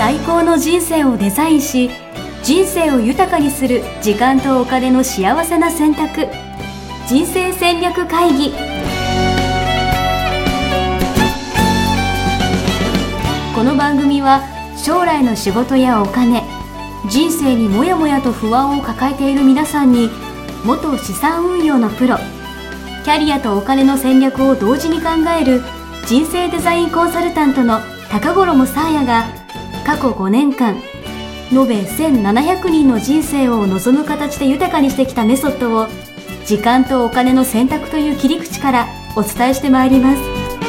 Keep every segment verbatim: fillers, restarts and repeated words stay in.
最高の人生をデザインし、人生を豊かにする時間とお金の幸せな選択。人生戦略会議。この番組は将来の仕事やお金、人生にもやもやと不安を抱えている皆さんに、元資産運用のプロ、キャリアとお金の戦略を同時に考える人生デザインコンサルタントの高頃もさあやが、過去ごねんかん延べせんななひゃくにんの人生を望む形で豊かにしてきたメソッドを、時間とお金の選択という切り口からお伝えしてまいります。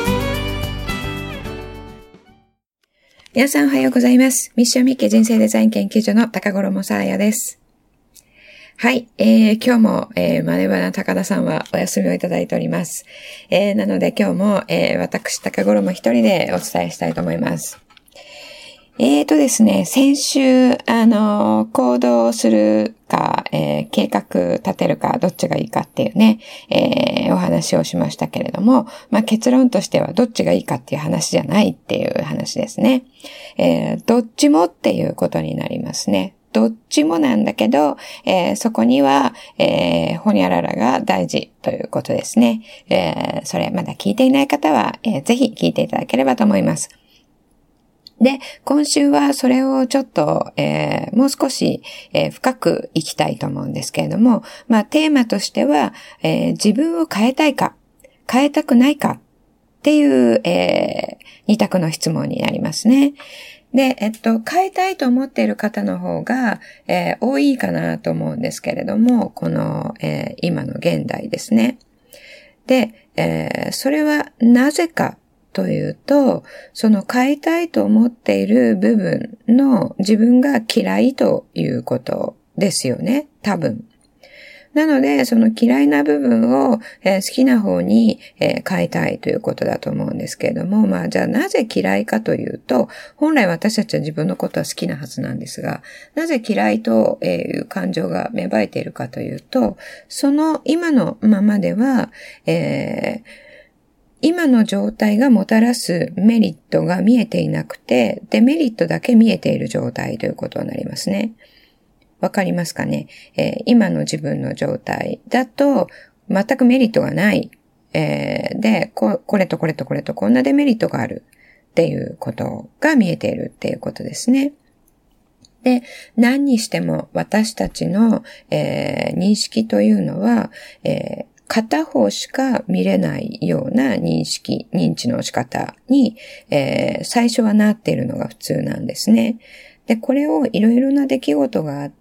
皆さんおはようございます。ミッションミッケ人生デザイン研究所の高頃もさあやです。はい、えー、今日も、えー、マネバナ高田さんはお休みをいただいております。えー、なので今日も、えー、私高頃も一人でお伝えしたいと思います。えーとですね、先週、あの、行動するか、えー、計画立てるか、どっちがいいかっていうね、えー、お話をしましたけれども、まあ、結論としてはどっちがいいかっていう話じゃないっていう話ですね。えー、どっちもっていうことになりますね。どっちもなんだけど、えー、そこには、えー、ほにゃららが大事ということですね。えー、それまだ聞いていない方は、えー、ぜひ聞いていただければと思います。で、今週はそれをちょっと、えー、もう少し、えー、深くいきたいと思うんですけれども、まあテーマとしては、えー、自分を変えたいか、変えたくないかっていう、えー、二択の質問になりますね。で、えっと、変えたいと思っている方の方が、えー、多いかなと思うんですけれども、この、えー、今の現代ですね。で、えー、それはなぜかというと、その変えたいと思っている部分の自分が嫌いということですよね、多分。なので、その嫌いな部分を、えー、好きな方に、えー、変えたいということだと思うんですけれども、まあじゃあなぜ嫌いかというと、本来私たちは自分のことは好きなはずなんですが、なぜ嫌いという感情が芽生えているかというと、その今のままでは、えー、今の状態がもたらすメリットが見えていなくて、デメリットだけ見えている状態ということになりますね。わかりますかね、えー、今の自分の状態だと全くメリットがない。えー、でこ、これとこれとこれとこんなデメリットがあるっていうことが見えているっていうことですね。で、何にしても私たちの、えー、認識というのは、えー、片方しか見れないような認識、認知の仕方に、えー、最初はなっているのが普通なんですね。で、これをいろいろな出来事があって、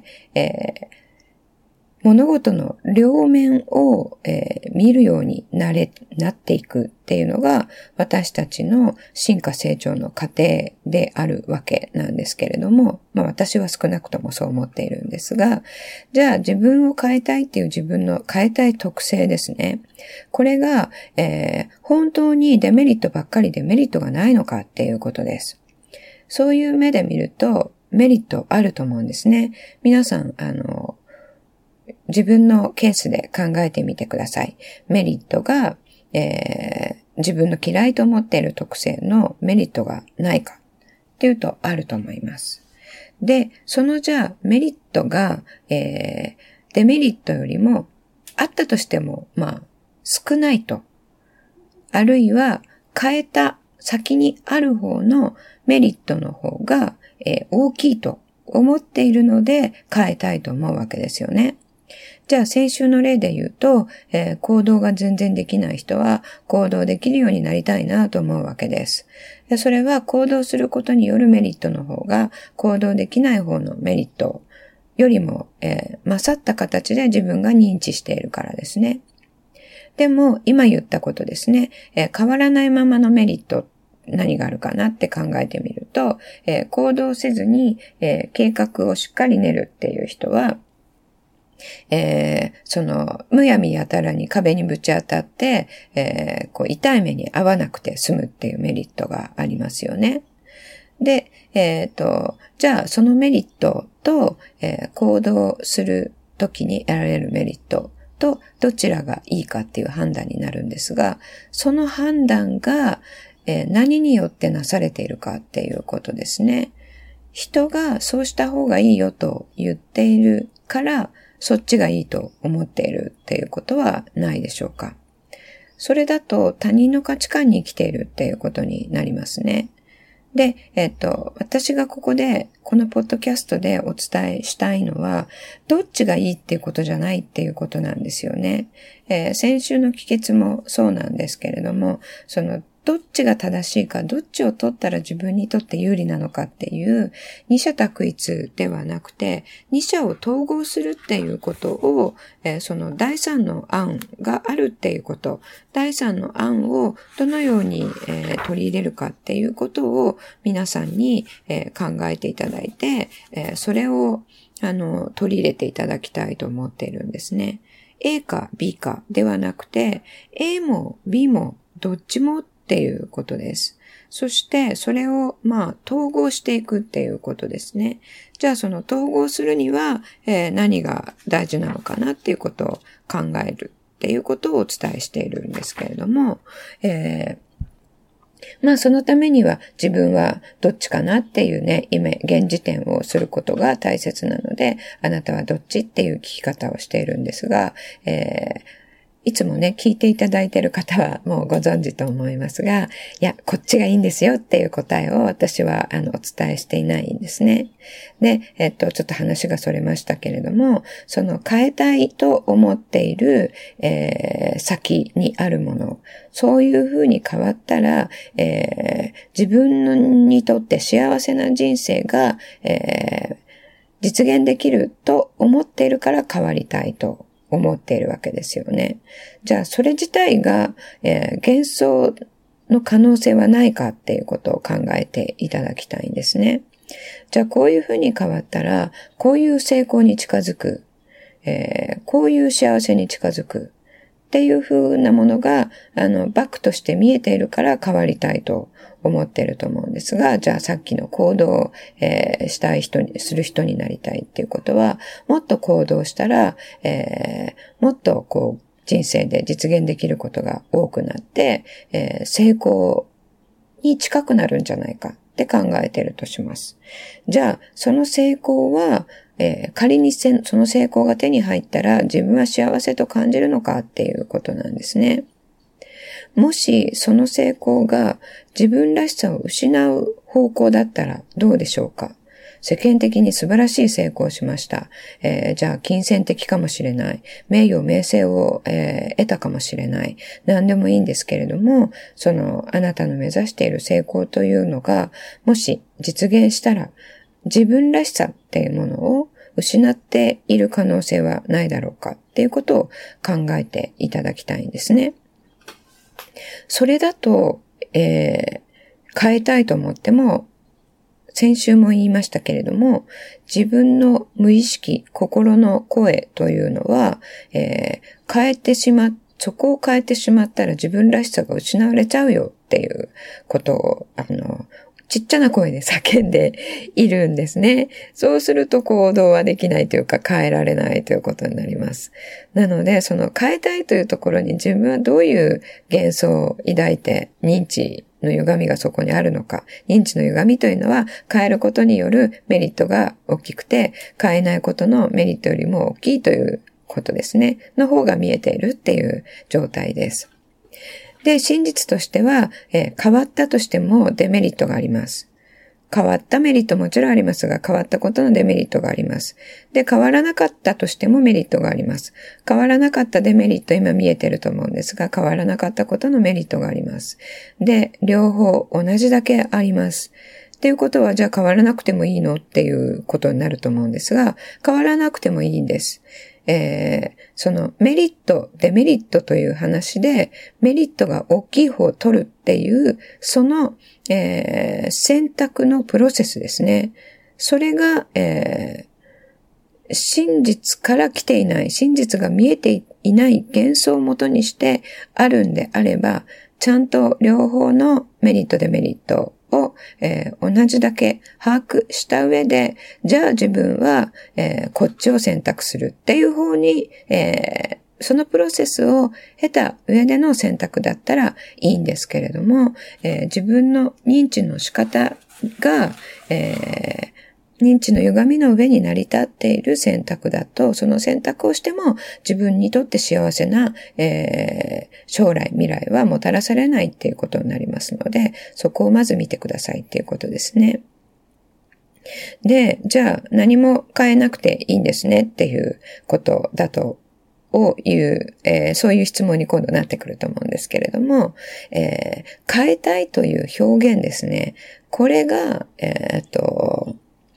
えー、物事の両面を、えー、見るようになれ、なっていくっていうのが私たちの進化成長の過程であるわけなんですけれども、まあ私は少なくともそう思っているんですが、じゃあ自分を変えたいっていう自分の変えたい特性ですね。これが、えー、本当にデメリットばっかりでメリットがないのかっていうことです。そういう目で見るとメリットあると思うんですね。皆さん、あの、自分のケースで考えてみてください。メリットが、えー、自分の嫌いと思っている特性のメリットがないかっていうとあると思います。で、そのじゃあメリットが、えー、デメリットよりもあったとしても、まあ少ないと。あるいは変えた先にある方のメリットの方が、えー、大きいと思っているので変えたいと思うわけですよね。じゃあ先週の例で言うと、えー、行動が全然できない人は行動できるようになりたいなと思うわけです。でそれは行動することによるメリットの方が行動できない方のメリットよりも、えー、勝った形で自分が認知しているからですね。でも今言ったことですね、えー、変わらないままのメリット何があるかなって考えてみると、えー、行動せずに、えー、計画をしっかり練るっていう人はえー、その、むやみやたらに壁にぶち当たって、えー、こう、痛い目に遭わなくて済むっていうメリットがありますよね。で、えっと、じゃあ、そのメリットと、えー、行動するときに得られるメリットと、どちらがいいかっていう判断になるんですが、その判断が、えー、何によってなされているかっていうことですね。 人がそうした方がいいよと言っているから、そっちがいいと思っているっていうことはないでしょうか。それだと他人の価値観に生きているっていうことになりますね。で、えっと、私がここで、このポッドキャストでお伝えしたいのは、どっちがいいっていうことじゃないっていうことなんですよね。えー、先週の帰結もそうなんですけれども、その、どっちが正しいか、どっちを取ったら自分にとって有利なのかっていう二者択一ではなくて、二者を統合するっていうことを、えー、その第三の案があるっていうこと、第三の案をどのように、えー、取り入れるかっていうことを皆さんに、えー、考えていただいて、えー、それをあの取り入れていただきたいと思っているんですね。A か B かではなくて、A も B もどっちもっていうことです。そして、それを、まあ、統合していくっていうことですね。じゃあ、その統合するには、えー、何が大事なのかなっていうことを考えるっていうことをお伝えしているんですけれども、えー、まあ、そのためには自分はどっちかなっていうね、今、現時点をすることが大切なので、あなたはどっちっていう聞き方をしているんですが、えーいつもね、聞いていただいている方はもうご存知と思いますが、いや、こっちがいいんですよっていう答えを私は、あの、お伝えしていないんですね。で、えっと、ちょっと話がそれましたけれども、その変えたいと思っている、えー、先にあるもの、そういうふうに変わったら、えー、自分にとって幸せな人生が、えー、実現できると思っているから変わりたいと思っているわけですよね。じゃあ、それ自体が、えー、幻想の可能性はないかっていうことを考えていただきたいんですね。じゃあ、こういうふうに変わったら、こういう成功に近づく、えー、こういう幸せに近づくっていうふうなものが、あの、バックとして見えているから変わりたいと思っていると思うんですが、じゃあさっきの行動を、えー、したい人に、する人になりたいっていうことは、もっと行動したら、えー、もっとこう、人生で実現できることが多くなって、えー、成功に近くなるんじゃないかって考えているとします。じゃあ、その成功は、えー、仮にせその成功が手に入ったら自分は幸せと感じるのかっていうことなんですね。もしその成功が自分らしさを失う方向だったらどうでしょうか。世間的に素晴らしい成功をしました。えー、じゃあ金銭的かもしれない。名誉名声を、えー、得たかもしれない。何でもいいんですけれども、そのあなたの目指している成功というのがもし実現したら自分らしさっていうものを失っている可能性はないだろうかっていうことを考えていただきたいんですね。それだと、えー、変えたいと思っても、先週も言いましたけれども、自分の無意識、心の声というのは、えー、変えてしまっそこを変えてしまったら自分らしさが失われちゃうよっていうことを、あの、ちっちゃな声で叫んでいるんですね。そうすると行動はできないというか変えられないということになります。なので、その変えたいというところに自分はどういう幻想を抱いて認知の歪みがそこにあるのか。認知の歪みというのは変えることによるメリットが大きくて、変えないことのメリットよりも大きいということですね。の方が見えているっていう状態です。で、真実としては、えー、変わったとしてもデメリットがあります。変わったメリットもちろんありますが、変わったことのデメリットがあります。で、変わらなかったとしてもメリットがあります。変わらなかったデメリット、今見えてると思うんですが、変わらなかったことのメリットがあります。で、両方同じだけあります。っていうことは、じゃあ変わらなくてもいいのっていうことになると思うんですが、変わらなくてもいいんです。えー、そのメリット、デメリットという話で、メリットが大きい方を取るっていう、その、えー、選択のプロセスですね。それが、えー、真実から来ていない、真実が見えていない幻想をもとにしてあるんであれば、ちゃんと両方のメリット、デメリットを、えー、同じだけ把握した上で、じゃあ自分は、えー、こっちを選択するっていう方に、えー、そのプロセスを経た上での選択だったらいいんですけれども、えー、自分の認知の仕方が、えー認知の歪みの上に成り立っている選択だと、その選択をしても自分にとって幸せな、えー、将来、未来はもたらされないっていうことになりますので、そこをまず見てくださいっていうことですね。で、じゃあ何も変えなくていいんですねっていうことだとをいう、えー、そういう質問に今度なってくると思うんですけれども、えー、変えたいという表現ですね。これが、えー、っと、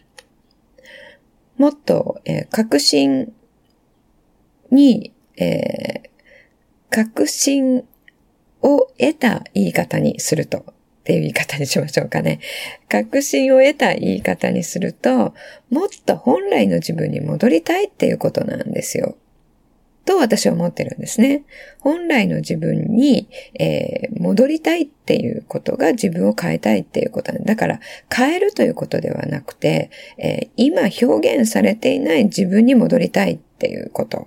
もっと、えー、確信に、えー、確信を得た言い方にすると、っていう言い方にしましょうかね。確信を得た言い方にすると、もっと本来の自分に戻りたいっていうことなんですよ。と私は思ってるんですね。本来の自分に、えー、戻りたいっていうことが自分を変えたいっていうことなんだ。だから変えるということではなくて、えー、今表現されていない自分に戻りたいっていうこと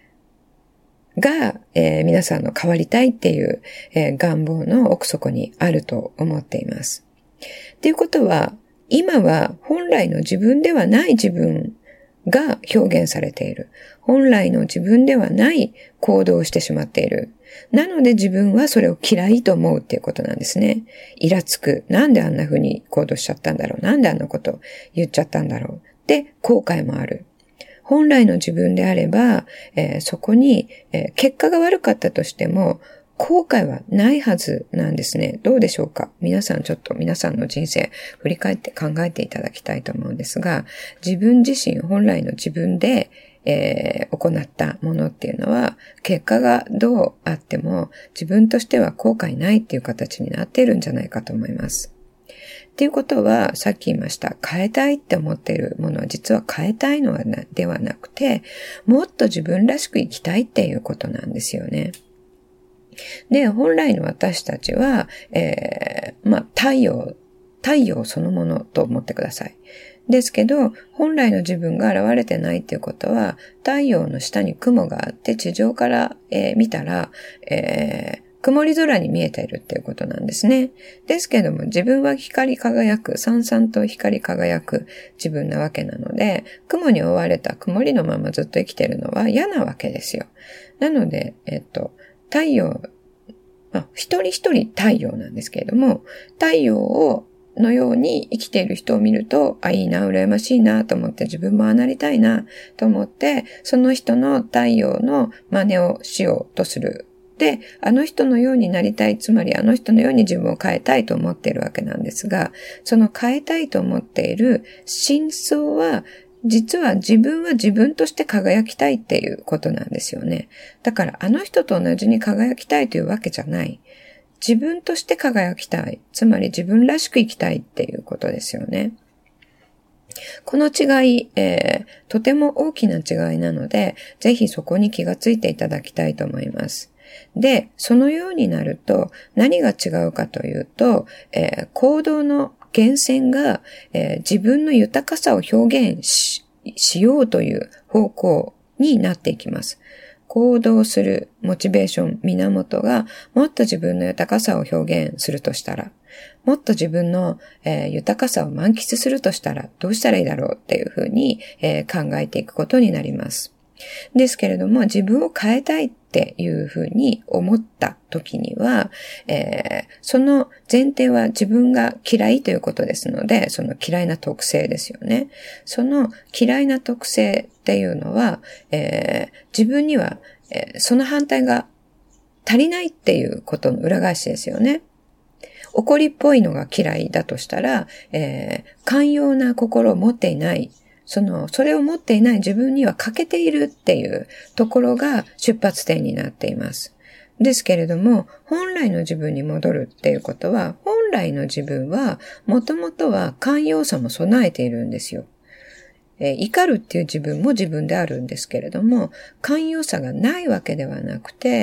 が、えー、皆さんの変わりたいっていう、えー、願望の奥底にあると思っています。っていうことは、今は本来の自分ではない自分が表現されている。本来の自分ではない行動をしてしまっている。なので自分はそれを嫌いと思うっていうことなんですね。イラつく。なんであんな風に行動しちゃったんだろう。なんであんなこと言っちゃったんだろう。で、後悔もある。本来の自分であれば、えー、そこに、えー、結果が悪かったとしても、後悔はないはずなんですね。どうでしょうか？皆さんちょっと皆さんの人生振り返って考えていただきたいと思うんですが、自分自身本来の自分で、えー、行ったものっていうのは、結果がどうあっても自分としては後悔ないっていう形になっているんじゃないかと思います。っていうことは、さっき言いました、変えたいって思っているものは実は変えたいのはなではなくて、もっと自分らしく生きたいっていうことなんですよね。で、本来の私たちは、えー、まあ、太陽、太陽そのものと思ってください。ですけど、本来の自分が現れてないっていうことは、太陽の下に雲があって、地上から、えー、見たら、えー、曇り空に見えているっていうことなんですね。ですけども、自分は光り輝く、さんさんと光り輝く自分なわけなので、雲に覆われた曇りのままずっと生きているのは嫌なわけですよ。なので、えっと、太陽、まあ、一人一人太陽なんですけれども、太陽をのように生きている人を見ると、あ、いいな、羨ましいなと思って自分もああなりたいなと思って、その人の太陽の真似をしようとする。で、あの人のようになりたい、つまりあの人のように自分を変えたいと思っているわけなんですが、その変えたいと思っている真相は、実は自分は自分として輝きたいっていうことなんですよね。だからあの人と同じに輝きたいというわけじゃない。自分として輝きたい。つまり自分らしく生きたいっていうことですよね。この違い、えー、とても大きな違いなので、ぜひそこに気がついていただきたいと思います。で、そのようになると何が違うかというと、えー、行動の源泉が、えー、自分の豊かさを表現 し, しようという方向になっていきます。行動するモチベーション、源がもっと自分の豊かさを表現するとしたら、もっと自分の、えー、豊かさを満喫するとしたら、どうしたらいいだろうっていうふうに、えー、考えていくことになります。ですけれども、自分を変えたいっていうふうに思った時には、えー、その前提は自分が嫌いということですので、その嫌いな特性ですよね。その嫌いな特性っていうのは、えー、自分には、えー、その反対が足りないっていうことの裏返しですよね。怒りっぽいのが嫌いだとしたら、えー、寛容な心を持っていない。その、それを持っていない自分には欠けているっていうところが出発点になっています。ですけれども、本来の自分に戻るっていうことは、本来の自分は、もともとは寛容さも備えているんですよ。えー、怒るっていう自分も自分であるんですけれども、寛容さがないわけではなくて、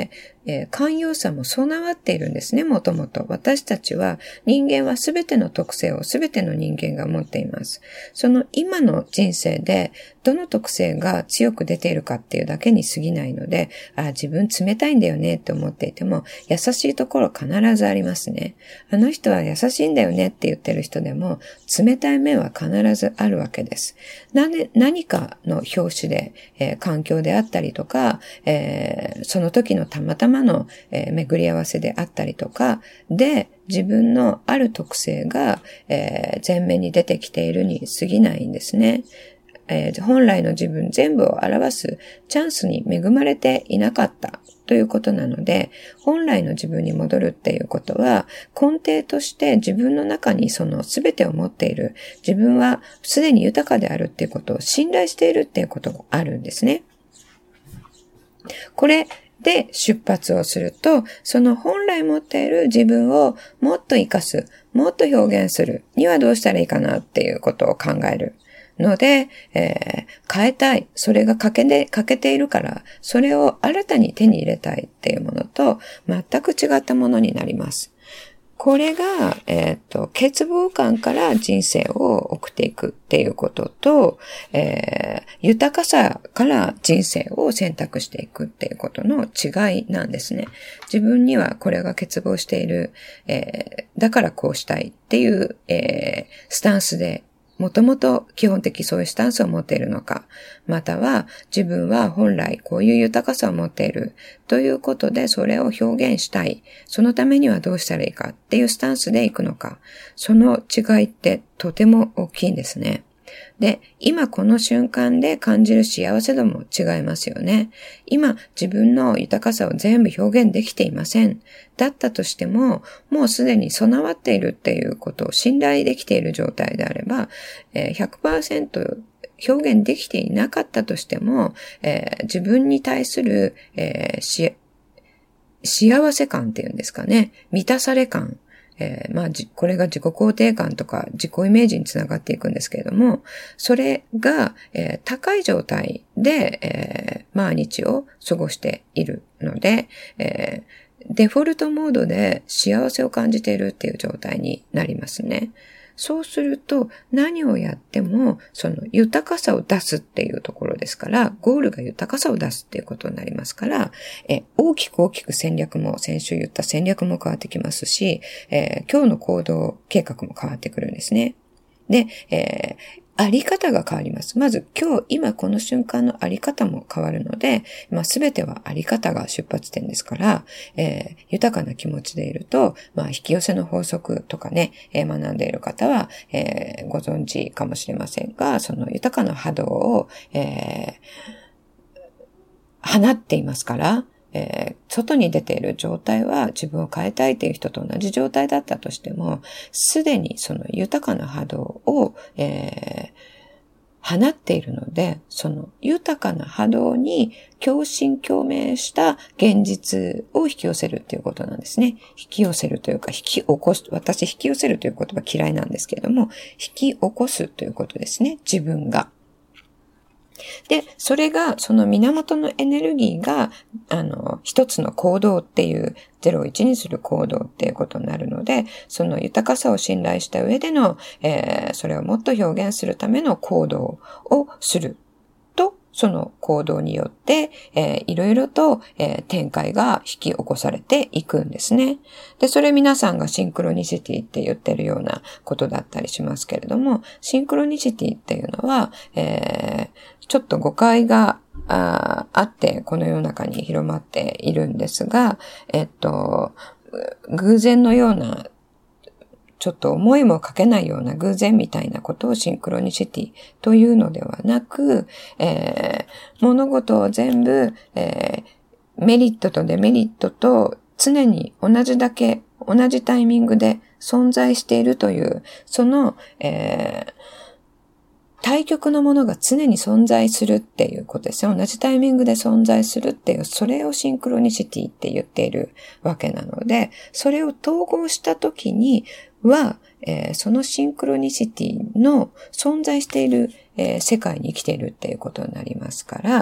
えー、寛容さも備わっているんですね、もともと。私たちは、人間はすべての特性をすべての人間が持っています。その今の人生で、どの特性が強く出ているかっていうだけに過ぎないので、あ、自分冷たいんだよねって思っていても、優しいところ必ずありますね。あの人は優しいんだよねって言ってる人でも、冷たい面は必ずあるわけです。なで、何かの拍子で、えー、環境であったりとか、えー、その時のたまたまの、えー、巡り合わせであったりとか、で、自分のある特性が、えー、前面に出てきているに過ぎないんですね。えー、本来の自分全部を表すチャンスに恵まれていなかったということなので、本来の自分に戻るっていうことは、根底として自分の中にその全てを持っている、自分はすでに豊かであるっていうことを信頼しているっていうことがあるんですね。これで出発をすると、その本来持っている自分をもっと活かす、もっと表現するにはどうしたらいいかなっていうことを考える。ので、えー、変えたい。それが欠けで、欠けているから、それを新たに手に入れたいっていうものと、全く違ったものになります。これが、えっと、欠乏感から人生を送っていくっていうことと、えー、豊かさから人生を選択していくっていうことの違いなんですね。自分にはこれが欠乏している、えー、だからこうしたいっていう、えー、スタンスで、もともと基本的そういうスタンスを持っているのか、または自分は本来こういう豊かさを持っているということでそれを表現したい。そのためにはどうしたらいいかっていうスタンスでいくのか。その違いってとても大きいんですね。で、今この瞬間で感じる幸せ度も違いますよね。今自分の豊かさを全部表現できていません。だったとしても、もうすでに備わっているっていうことを信頼できている状態であれば、ひゃくパーセント 表現できていなかったとしても、えー、自分に対する、えー、し幸せ感っていうんですかね、満たされ感、えー、まあ、これが自己肯定感とか自己イメージにつながっていくんですけれども、それが、えー、高い状態で、えー、毎日を過ごしているので、えー、デフォルトモードで幸せを感じているっていう状態になりますね。そうすると何をやってもその豊かさを出すっていうところですから、ゴールが豊かさを出すっていうことになりますから、え大きく大きく戦略も、先週言った戦略も変わってきますし、えー、今日の行動計画も変わってくるんですね。で、えーあり方が変わります。まず今日、今この瞬間のあり方も変わるので、まあすべてはあり方が出発点ですから、えー、豊かな気持ちでいると、まあ引き寄せの法則とかね、えー、学んでいる方は、えー、ご存知かもしれませんが、その豊かな波動を、えー、放っていますから、えー、外に出ている状態は自分を変えたいという人と同じ状態だったとしても、すでにその豊かな波動を、えー、放っているので、その豊かな波動に共振共鳴した現実を引き寄せるということなんですね。引き寄せるというか、引き起こす。私、引き寄せるという言葉嫌いなんですけれども、引き起こすということですね。自分が。で、それが、その源のエネルギーが、あの、一つの行動っていう、ゼロをいちにする行動っていうことになるので、その豊かさを信頼した上での、えー、それをもっと表現するための行動をすると、その行動によって、えー、いろいろと、えー、展開が引き起こされていくんですね。で、それ皆さんがシンクロニシティって言ってるようなことだったりしますけれども、シンクロニシティっていうのは、えー、ちょっと誤解が あ, あってこの世の中に広まっているんですが、えっと、偶然のような、ちょっと思いもかけないような偶然みたいなことをシンクロニシティというのではなく、えー、物事を全部、えー、メリットとデメリットと常に同じだけ同じタイミングで存在しているという、その、えー対極のものが常に存在するっていうことですよ。同じタイミングで存在するっていう、それをシンクロニシティって言っているわけなので、それを統合したときには、えー、そのシンクロニシティの存在している、えー、世界に生きているっていうことになりますから、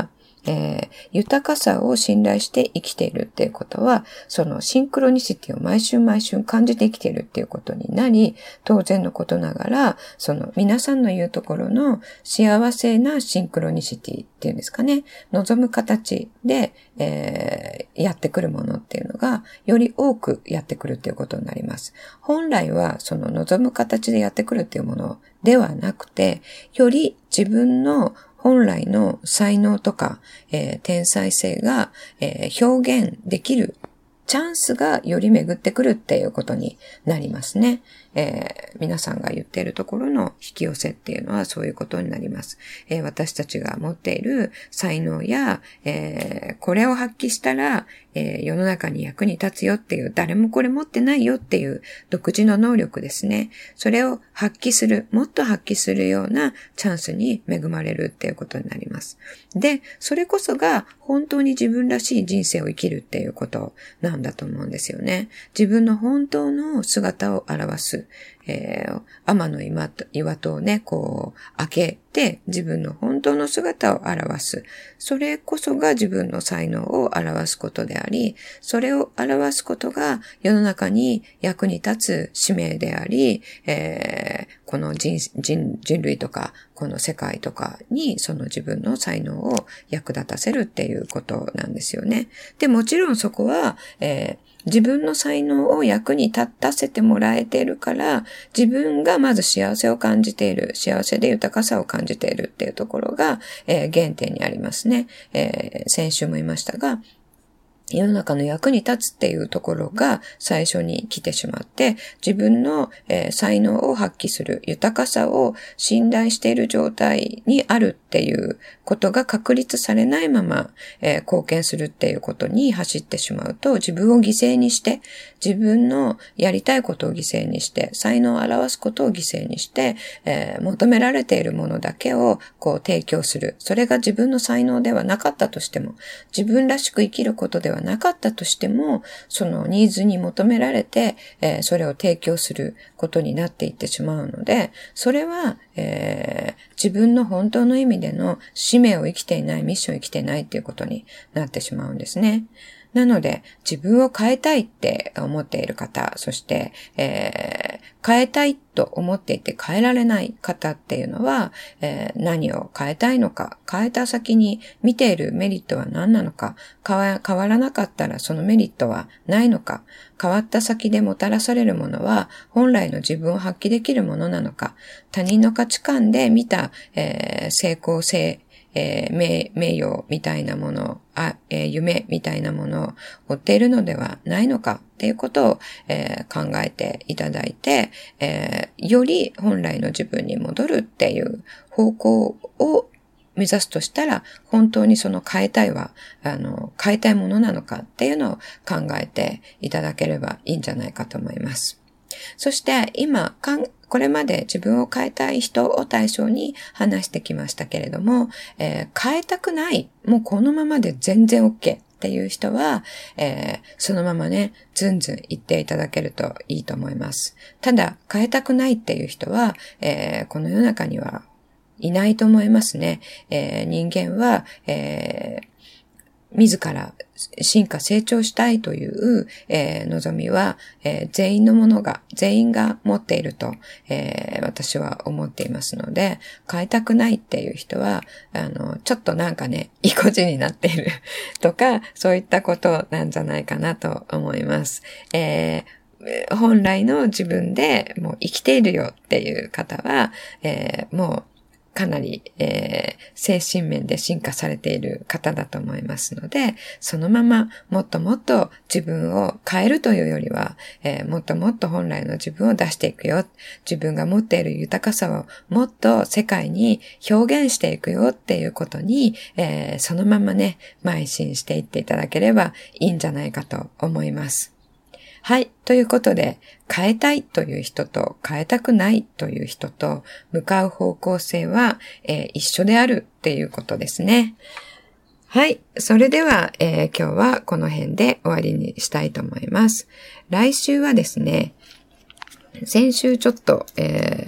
えー、豊かさを信頼して生きているっていうことは、そのシンクロニシティを毎週毎週感じて生きているっていうことになり、当然のことながら、その皆さんの言うところの幸せなシンクロニシティっていうんですかね、望む形で、えー、やってくるものっていうのが、より多くやってくるっていうことになります。本来は、その望む形でやってくるっていうものではなくて、より自分の本来の才能とか、えー、天才性が、えー、表現できるチャンスがより巡ってくるっていうことになりますね。えー、皆さんが言っているところの引き寄せっていうのはそういうことになります。えー、私たちが持っている才能や、えー、これを発揮したら、えー、世の中に役に立つよっていう、誰もこれ持ってないよっていう独自の能力ですね。それを発揮する、もっと発揮するようなチャンスに恵まれるっていうことになります。で、それこそが本当に自分らしい人生を生きるっていうことなんだと思うんですよね。自分の本当の姿を表す。えー、天の岩戸、岩戸をね、こう、開けて自分の本当の姿を表す。それこそが自分の才能を表すことであり、それを表すことが世の中に役に立つ使命であり、えー、この 人, 人, 人類とか、この世界とかにその自分の才能を役立たせるっていうことなんですよね。で、もちろんそこは、えー自分の才能を役に立たせてもらえているから、自分がまず幸せを感じている、幸せで豊かさを感じているっていうところが、えー、原点にありますね。えー、先週も言いましたが、世の中の役に立つっていうところが最初に来てしまって、自分の、えー、才能を発揮する、豊かさを信頼している状態にあるっていうことが確立されないまま、えー、貢献するっていうことに走ってしまうと、自分を犠牲にして、自分のやりたいことを犠牲にして、才能を表すことを犠牲にして、えー、求められているものだけをこう提供する。それが自分の才能ではなかったとしても、自分らしく生きることではなかったとしても、そのニーズに求められて、えー、それを提供することになっていってしまうので、それは、えー、自分の本当の意味での使命を生きていない、ミッションを生きていないっていうことになってしまうんですね。なので、自分を変えたいって思っている方、そして、えー、変えたいと思っていて変えられない方っていうのは、えー、何を変えたいのか、変えた先に見ているメリットは何なのか、変わ、変わらなかったらそのメリットはないのか、変わった先でもたらされるものは本来の自分を発揮できるものなのか、他人の価値観で見た、えー、成功性、えー、名、名誉みたいなもの、あ、えー、夢みたいなものを追っているのではないのかっていうことを、えー、考えていただいて、えー、より本来の自分に戻るっていう方向を目指すとしたら、本当にその変えたいは、あの、変えたいものなのかっていうのを考えていただければいいんじゃないかと思います。そして今、これまで自分を変えたい人を対象に話してきましたけれども、えー、変えたくない、もうこのままで全然 OK っていう人は、えー、そのままね、ずんずん言っていただけるといいと思います。ただ、変えたくないっていう人は、えー、この世の中にはいないと思いますね。えー、人間は、えー自ら進化成長したいという、えー、望みは、えー、全員のものが、全員が持っていると、えー、私は思っていますので、変えたくないっていう人は、あの、ちょっとなんかね、意固地になっているとか、そういったことなんじゃないかなと思います。えー、本来の自分でもう生きているよっていう方は、えー、もう、かなり、えー、精神面で進化されている方だと思いますので、そのままもっともっと自分を変えるというよりは、えー、もっともっと本来の自分を出していくよ。自分が持っている豊かさをもっと世界に表現していくよっていうことに、えー、そのままね、邁進していっていただければいいんじゃないかと思います。はい。ということで、変えたいという人と変えたくないという人と向かう方向性は、えー、一緒であるっていうことですね。はい。それでは、えー、今日はこの辺で終わりにしたいと思います。来週はですね、先週ちょっと、えー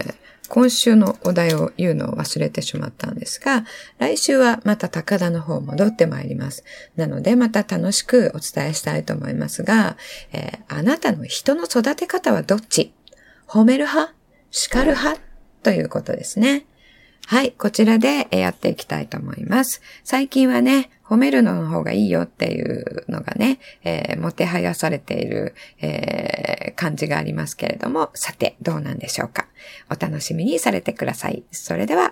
今週のお題を言うのを忘れてしまったんですが、来週はまた高田の方戻ってまいります。なのでまた楽しくお伝えしたいと思いますが、えー、あなたの人の育て方はどっち？褒める派？叱る派？ということですね。はい、こちらでやっていきたいと思います。最近はね、褒めるのの方がいいよっていうのがね、えー、もてはやされている、えー、感じがありますけれども、さてどうなんでしょうか。お楽しみにされてください。それでは。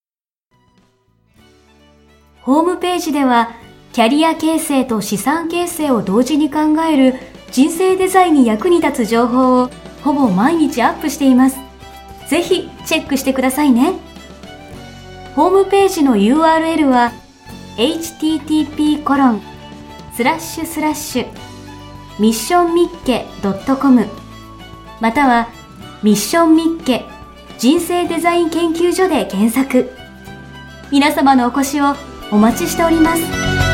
ホームページでは、キャリア形成と資産形成を同時に考える人生デザインに役に立つ情報をほぼ毎日アップしています。ぜひチェックしてくださいね。ホームページの ユーアールエル は エイチティーティーピーコロンスラッシュスラッシュミッションミッケドットコム またはミッションミッケ人生デザイン研究所で検索。皆様のお越しをお待ちしております。